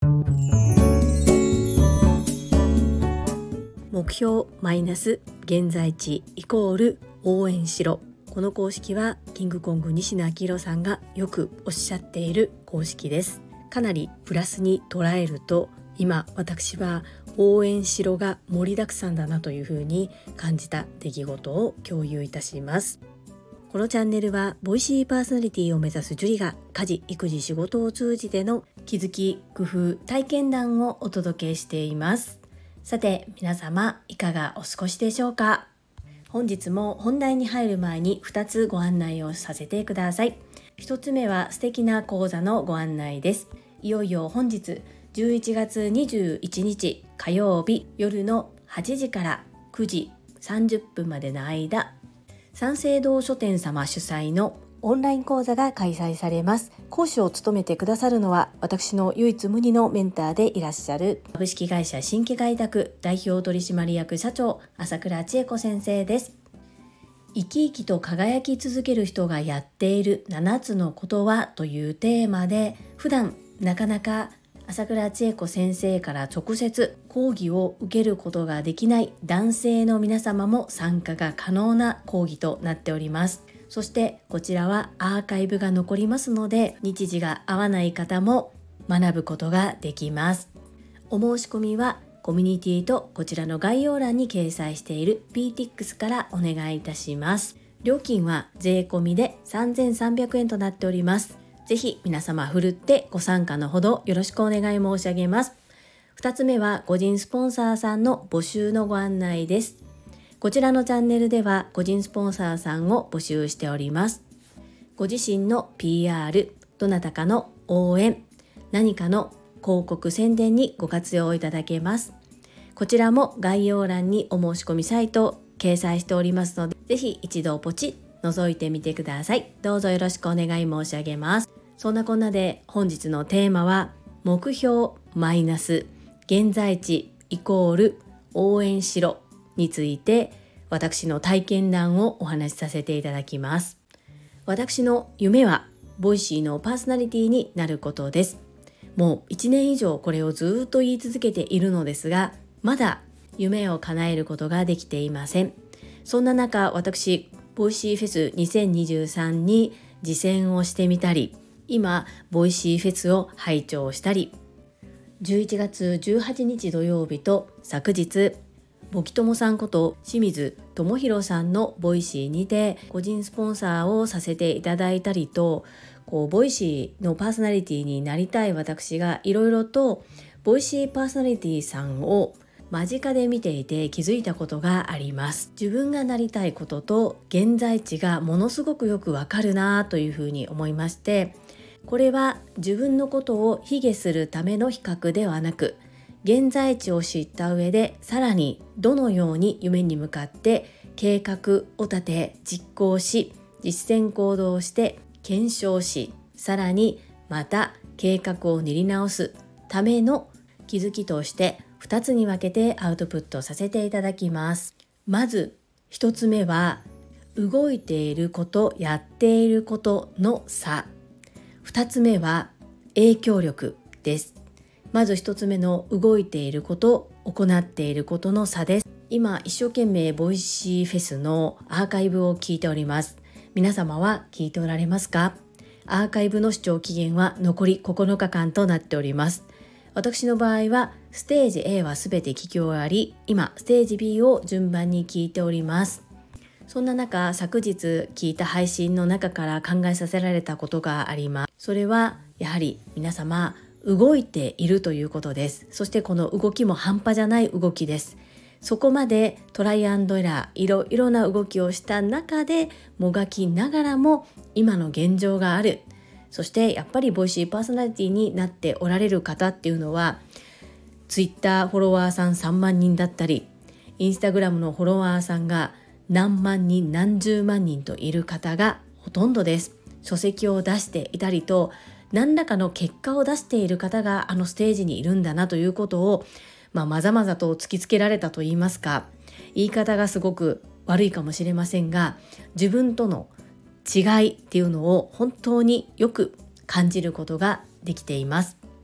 目標マイナス現在地イコール応援しろ。この公式はキングコング西野昭弘さんがよくおっしゃっている公式です。かなりプラスに捉えると、今私は応援しろが盛りだくさんだなというふうに感じた出来事を共有いたします。このチャンネルはボイシーパーソナリティを目指すジュリが家事・育児・仕事を通じての気づき、工夫、体験談をお届けしています。さて皆様いかがお過ごしでしょうか。本日も本題に入る前に2つご案内をさせてください。1つ目は素敵な講座のご案内です。いよいよ本日11月21日火曜日夜の8時から9時30分までの間、三省堂書店様主催のオンライン講座が開催されます。講師を務めてくださるのは私の唯一無二のメンターでいらっしゃる株式会社新規開拓代表取締役社長朝倉千恵子先生です。生き生きと輝き続ける人がやっている7つのことはというテーマで、普段なかなか朝倉千恵子先生から直接講義を受けることができない男性の皆様も参加が可能な講義となっております。そしてこちらはアーカイブが残りますので、日時が合わない方も学ぶことができます。お申し込みはコミュニティとこちらの概要欄に掲載している PTX からお願いいたします。料金は税込みで3300円となっております。ぜひ皆様ふるってご参加のほどよろしくお願い申し上げます。2つ目は個人スポンサーさんの募集のご案内です。こちらのチャンネルでは個人スポンサーさんを募集しております。ご自身の PR、どなたかの応援、何かの広告宣伝にご活用いただけます。こちらも概要欄にお申し込みサイトを掲載しておりますので、ぜひ一度ポチッ覗いてみてください。どうぞよろしくお願い申し上げます。そんなこんなで本日のテーマは目標マイナス現在地イコール応援しろについて、私の体験談をお話しさせていただきます。私の夢はボイシーのパーソナリティになることです。もう1年以上これをずっと言い続けているのですが、まだ夢を叶えることができていません。そんな中、私ボイシーフェス2023に実践をしてみたり、今ボイシーフェスを拝聴したり、11月18日土曜日と昨日ボキトモさんこと清水智弘さんのボイシーにて個人スポンサーをさせていただいたりと、ボイシーのパーソナリティになりたい私がいろいろとボイシーパーソナリティさんを間近で見ていて気づいたことがあります。自分がなりたいことと現在地がものすごくよくわかるなというふうに思いまして、これは自分のことを卑下するための比較ではなく、現在地を知った上でさらにどのように夢に向かって計画を立て実行し、実践行動して検証し、さらにまた計画を練り直すための気づきとして2つに分けてアウトプットさせていただきます。まず1つ目は動いていること、やっていることの差。2つ目は影響力です。まず1つ目の動いていること、行っていることの差です。今一生懸命ボイシーフェスのアーカイブを聞いております。皆様は聞いておられますか？アーカイブの視聴期限は残り9日間となっております。私の場合はステージ A はすべて聞き終わり、今ステージ B を順番に聞いております。そんな中、昨日聞いた配信の中から考えさせられたことがあります。それはやはり皆様動いているということです。そしてこの動きも半端じゃない動きです。そこまでトライアンドエラー、いろいろな動きをした中でもがきながらも今の現状がある。そしてやっぱりボイシーパーソナリティになっておられる方っていうのは、ツイッターフォロワーさん3万人だったり、インスタグラムのフォロワーさんが何万人何十万人といる方がほとんどです。書籍を出していたりと、何らかの結果を出している方があのステージにいるんだなということを、まざまざと突きつけられたと言いますか、言い方がすごく悪いかもしれませんが、自分との違いっていうのを本当によく感じることができています。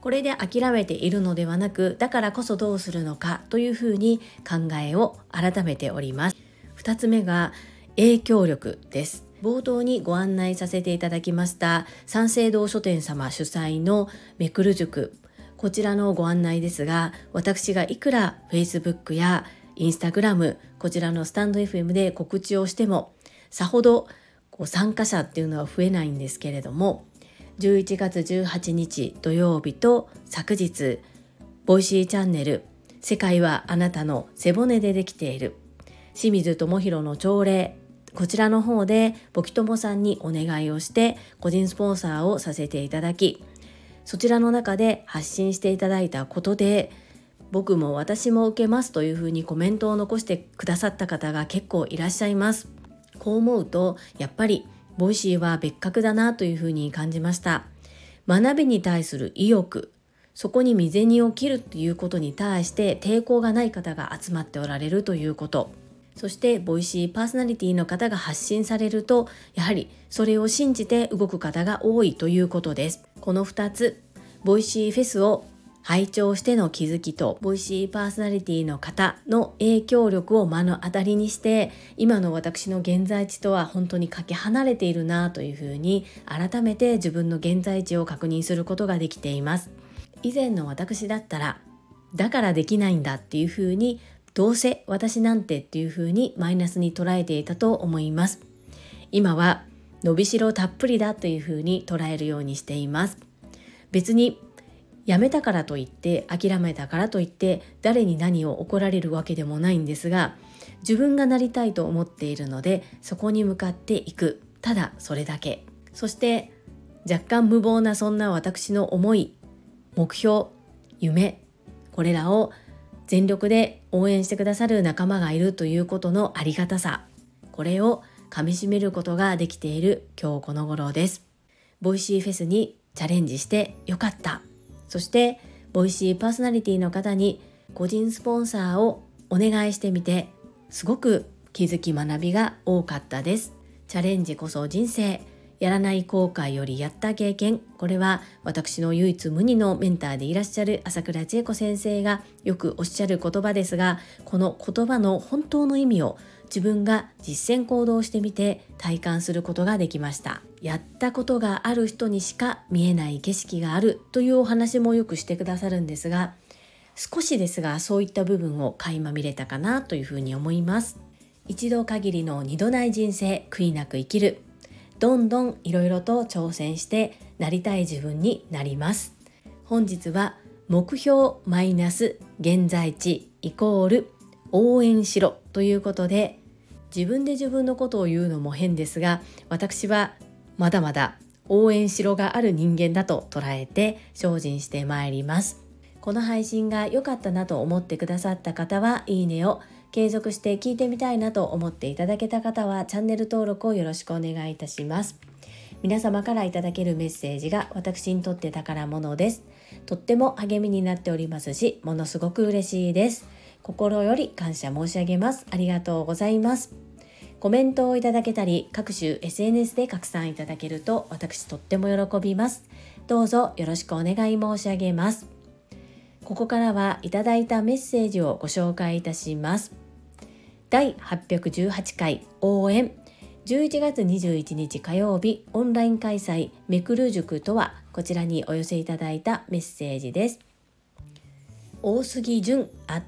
これで諦めているのではなく、だからこそどうするのかというふうに考えを改めております。2つ目が影響力です。冒頭にご案内させていただきました三省堂書店様主催のめくる塾、こちらのご案内ですが、私がいくら Facebook や Instagram、こちらのスタンド FM で告知をしてもさほど参加者っていうのは増えないんですけれども、11月18日土曜日と昨日、ボイシーチャンネル世界はあなたの背骨でできている清水智弘の朝礼、こちらの方でボキトモさんにお願いをして個人スポンサーをさせていただき、そちらの中で発信していただいたことで、僕も私も受けますというふうにコメントを残してくださった方が結構いらっしゃいます。こう思うとやっぱりボイシーは別格だなというふうに感じました。学びに対する意欲、そこに未然を切るということに対して抵抗がない方が集まっておられるということ、そしてボイシーパーソナリティの方が発信されると、やはりそれを信じて動く方が多いということです。この2つ、ボイシーフェスを拝聴しての気づきと、ボイシーパーソナリティの方の影響力を目の当たりにして、今の私の現在地とは本当にかけ離れているなというふうに改めて自分の現在地を確認することができています。以前の私だったら、だからできないんだっていうふうに、どうせ私なんてっていうふうにマイナスに捉えていたと思います。今は伸びしろたっぷりだというふうに捉えるようにしています。別にやめたからといって、諦めたからといって誰に何を怒られるわけでもないんですが、自分がなりたいと思っているのでそこに向かっていく、ただそれだけ。そして若干無謀なそんな私の思い、目標、夢、これらを全力で応援してくださる仲間がいるということのありがたさ、これをかみしめることができている今日この頃です。ボイシーフェスにチャレンジしてよかった。そしてボイシーパーソナリティの方に個人スポンサーをお願いしてみて、すごく気づき学びが多かったです。チャレンジこそ人生、やらない後悔よりやった経験、これは私の唯一無二のメンターでいらっしゃる朝倉千恵子先生がよくおっしゃる言葉ですが、この言葉の本当の意味を自分が実践行動してみて体感することができました。やったことがある人にしか見えない景色があるというお話もよくしてくださるんですが、少しですがそういった部分を垣間見れたかなというふうに思います。一度限りの二度ない人生、悔いなく生きる。どんどんいろいろと挑戦してなりたい自分になります。本日は目標マイナス現在地イコール応援しろということで、自分で自分のことを言うのも変ですが、私はまだまだ応援しろがある人間だと捉えて精進してまいります。この配信が良かったなと思ってくださった方はいいねを、継続して聞いてみたいなと思っていただけた方はチャンネル登録をよろしくお願いいたします。皆様からいただけるメッセージが私にとって宝物です。とっても励みになっておりますし、ものすごく嬉しいです。心より感謝申し上げます。ありがとうございます。コメントをいただけたり、各種 SNS で拡散いただけると私とっても喜びます。どうぞよろしくお願い申し上げます。ここからはいただいたメッセージをご紹介いたします。第818回応援、11月21日火曜日オンライン開催めくる塾とは、こちらにお寄せいただいたメッセージです。大杉淳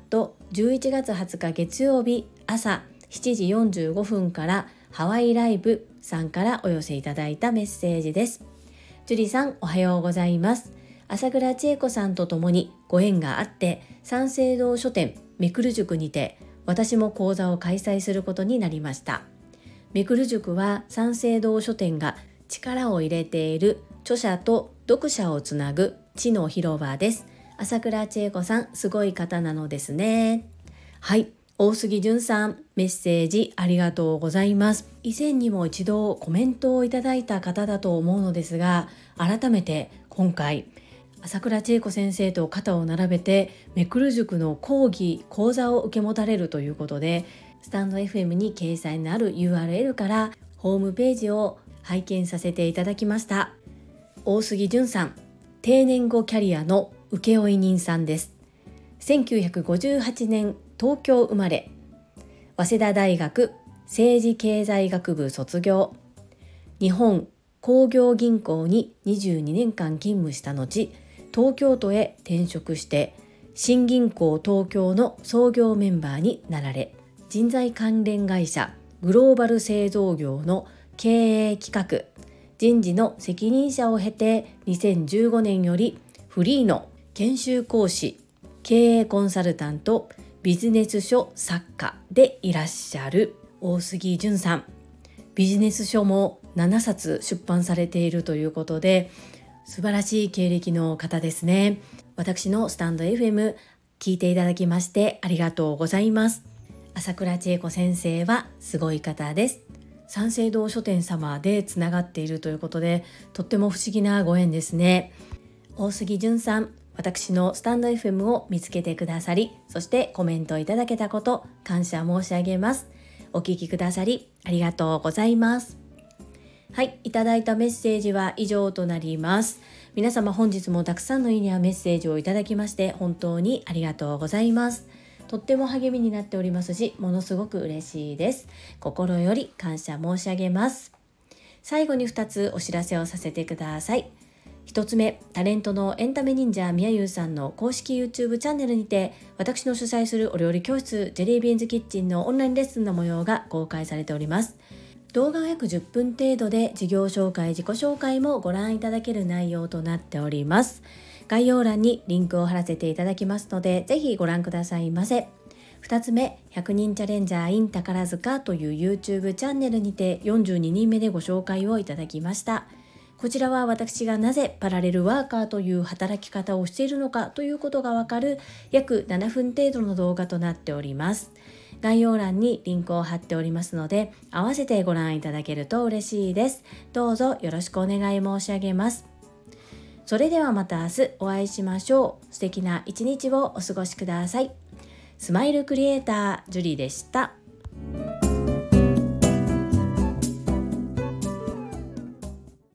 11月20日月曜日朝7時45分からハワイライブさんからお寄せいただいたメッセージです。ジュリさん、おはようございます。朝倉千恵子さんと共にご縁があって、三省堂書店めくる塾にて私も講座を開催することになりました。めくる塾は三省堂書店が力を入れている著者と読者をつなぐ知の広場です。朝倉千恵子さん、すごい方なのですね。はい、大杉淳さん、メッセージありがとうございます。以前にも一度コメントをいただいた方だと思うのですが、改めて今回朝倉千恵子先生と肩を並べてめくる塾の講義講座を受け持たれるということで、スタンド FM に掲載のある URL からホームページを拝見させていただきました。大杉淳さん、 定年後キャリアの請負人さんです。1958年東京生まれ、早稲田大学政治経済学部卒業、日本工業銀行に22年間勤務した後、東京都へ転職して新銀行東京の創業メンバーになられ、人材関連会社グローバル製造業の経営企画、人事の責任者を経て2015年よりフリーの研修講師、経営コンサルタント、ビジネス書作家でいらっしゃる大杉淳さん。ビジネス書も7冊出版されているということで、素晴らしい経歴の方ですね。私のスタンド FM 聞いていただきましてありがとうございます。朝倉千恵子先生はすごい方です。三省堂書店様でつながっているということで、とっても不思議なご縁ですね。大杉淳さん、私のスタンド FM を見つけてくださり、そしてコメントいただけたこと感謝申し上げます。お聞きくださりありがとうございます。はい、いただいたメッセージは以上となります。皆様本日もたくさんのいいねやメッセージをいただきまして本当にありがとうございます。とっても励みになっておりますし、ものすごく嬉しいです。心より感謝申し上げます。最後に2つお知らせをさせてください。1つ目、タレントのエンタメ忍者みやゆうさんの公式 YouTube チャンネルにて、私の主催するお料理教室ジェリービーンズキッチンのオンラインレッスンの模様が公開されております。動画は約10分程度で、事業紹介、自己紹介もご覧いただける内容となっております。概要欄にリンクを貼らせていただきますので、ぜひご覧くださいませ。2つ目、100人チャレンジャー in 宝塚という YouTube チャンネルにて42人目でご紹介をいただきました。こちらは私がなぜパラレルワーカーという働き方をしているのかということがわかる約7分程度の動画となっております。概要欄にリンクを貼っておりますので、合わせてご覧いただけると嬉しいです。どうぞよろしくお願い申し上げます。それではまた明日お会いしましょう。素敵な一日をお過ごしください。スマイルクリエイタージュリでした。